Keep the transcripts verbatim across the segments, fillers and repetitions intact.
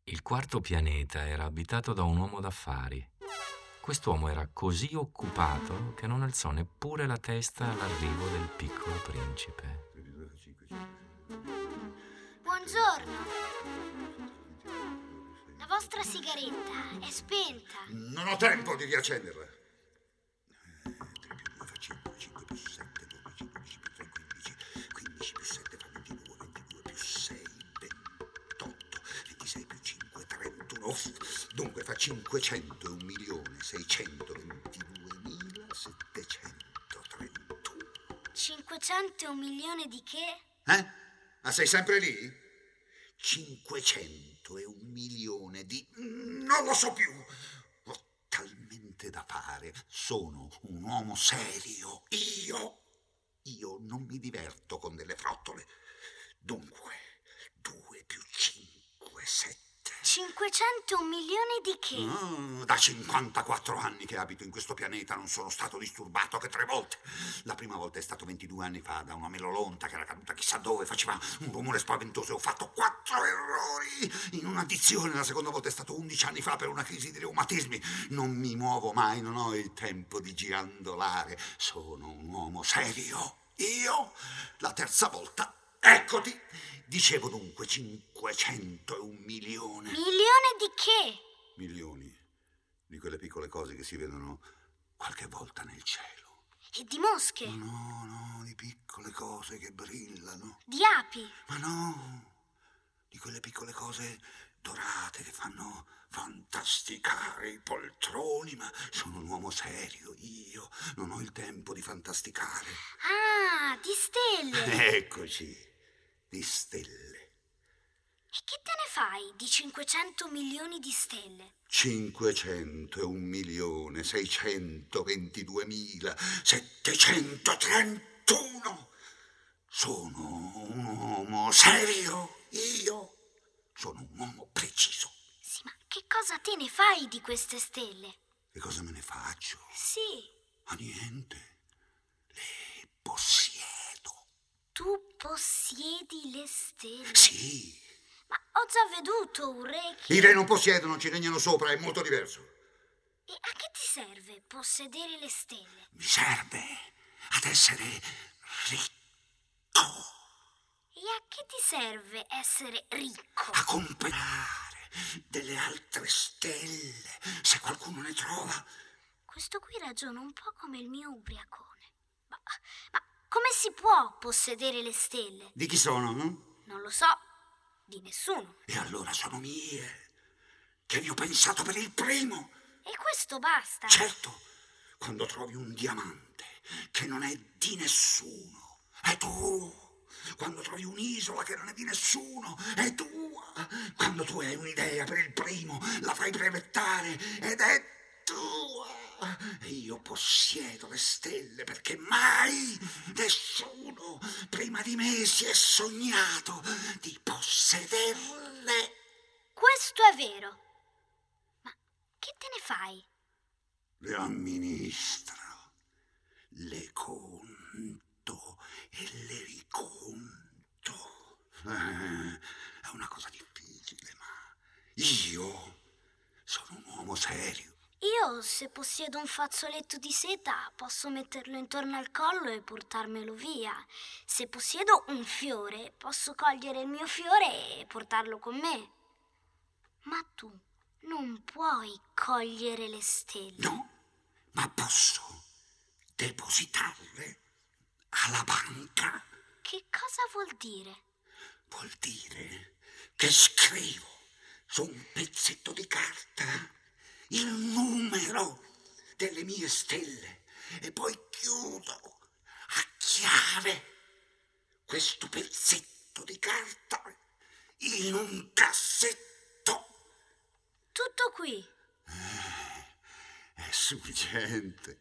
Il quarto pianeta era abitato da un uomo d'affari. Quest'uomo era così occupato che non alzò neppure la testa all'arrivo del piccolo principe. Buongiorno. La vostra sigaretta è spenta. Non ho tempo di riaccenderla. tre più due fa cinque, cinque più sette, dodici, dodici più tre, quindici, quindici più sette fa ventidue, ventidue più sei, ventotto, ventisei più cinque, trentuno. Dunque fa cinquecento e un milione seicentoventiduemilasettecentotrentuno. cinquecento e un milione di che? Eh? Ma sei sempre lì? cinquecento e un milione di... non lo so più. Ho talmente da fare. Sono un uomo serio. Io... Io non mi diverto con delle frottole. Dunque, due più cinque, sette. cinquecento e un milioni di che? Ah, da cinquantaquattro anni che abito in questo pianeta non sono stato disturbato che tre volte. La prima volta è stato ventidue anni fa da una melolonta che era caduta chissà dove, faceva un rumore spaventoso e ho fatto quattro errori in un'addizione. La seconda volta è stato undici anni fa per una crisi di reumatismi. Non mi muovo mai, non ho il tempo di girandolare. Sono un uomo serio. Io, la terza volta, eccoti. Dicevo dunque cinquecento e un milione. Milione di che? Milioni di quelle piccole cose che si vedono qualche volta nel cielo. E di mosche? No, no, di piccole cose che brillano. Di api? Ma no, di quelle piccole cose dorate che fanno fantasticare i poltroni, ma sono un uomo serio, io non ho il tempo di fantasticare. Ah, di stelle. Eccoci. Di stelle. E che te ne fai di cinquecento milioni di stelle? cinquecento e un milione seicentoventiduemila settecentotrentuno. Sono un uomo serio. Io sono un uomo preciso. Sì, ma che cosa te ne fai di queste stelle? Che cosa me ne faccio? Sì. Ma niente. Le possiedo. Tu possiedi le stelle? Sì. Ma ho già veduto un re che... I re non possiedono, ci regnano sopra, è molto diverso. E a che ti serve possedere le stelle? Mi serve ad essere ricco. E a che ti serve essere ricco? A comprare delle altre stelle, se qualcuno ne trova. Questo qui ragiona un po' come il mio ubriacone. Ma... ma... come si può possedere le stelle? Di chi sono, no? Non lo so, di nessuno. E allora sono mie, che vi ho pensato per il primo. E questo basta. Certo, quando trovi un diamante che non è di nessuno, è tuo. Quando trovi un'isola che non è di nessuno, è tua. Quando tu hai un'idea per il primo, la fai brevettare ed è tua. E io possiedo le stelle perché mai nessuno prima di me si è sognato di possederle. Questo è vero. Ma che te ne fai? Le amministro, le conto e le riconto. Eh, è una cosa difficile, ma io sono un uomo serio. Io, se possiedo un fazzoletto di seta, posso metterlo intorno al collo e portarmelo via. Se possiedo un fiore, posso cogliere il mio fiore e portarlo con me. Ma tu non puoi cogliere le stelle. No, ma posso depositarle alla banca. Che cosa vuol dire? Vuol dire che scrivo su un pezzetto di carta il numero delle mie stelle e poi chiudo a chiave questo pezzetto di carta in un cassetto. Tutto qui? Eh, è sufficiente.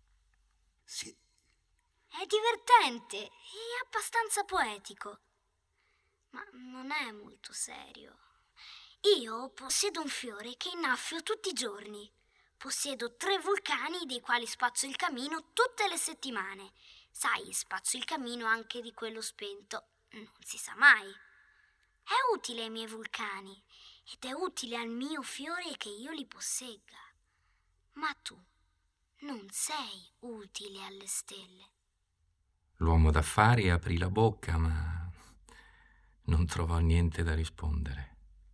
Sì. È divertente e abbastanza poetico, ma non è molto serio. Io possiedo un fiore che innaffio tutti i giorni. Possiedo tre vulcani dei quali spazzo il camino tutte le settimane. Sai, spazzo il camino anche di quello spento. Non si sa mai. È utile ai miei vulcani ed è utile al mio fiore che io li possegga. Ma tu non sei utile alle stelle. L'uomo d'affari aprì la bocca, ma non trovò niente da rispondere.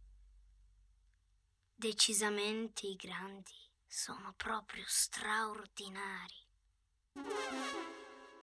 Decisamente i grandi sono proprio straordinari.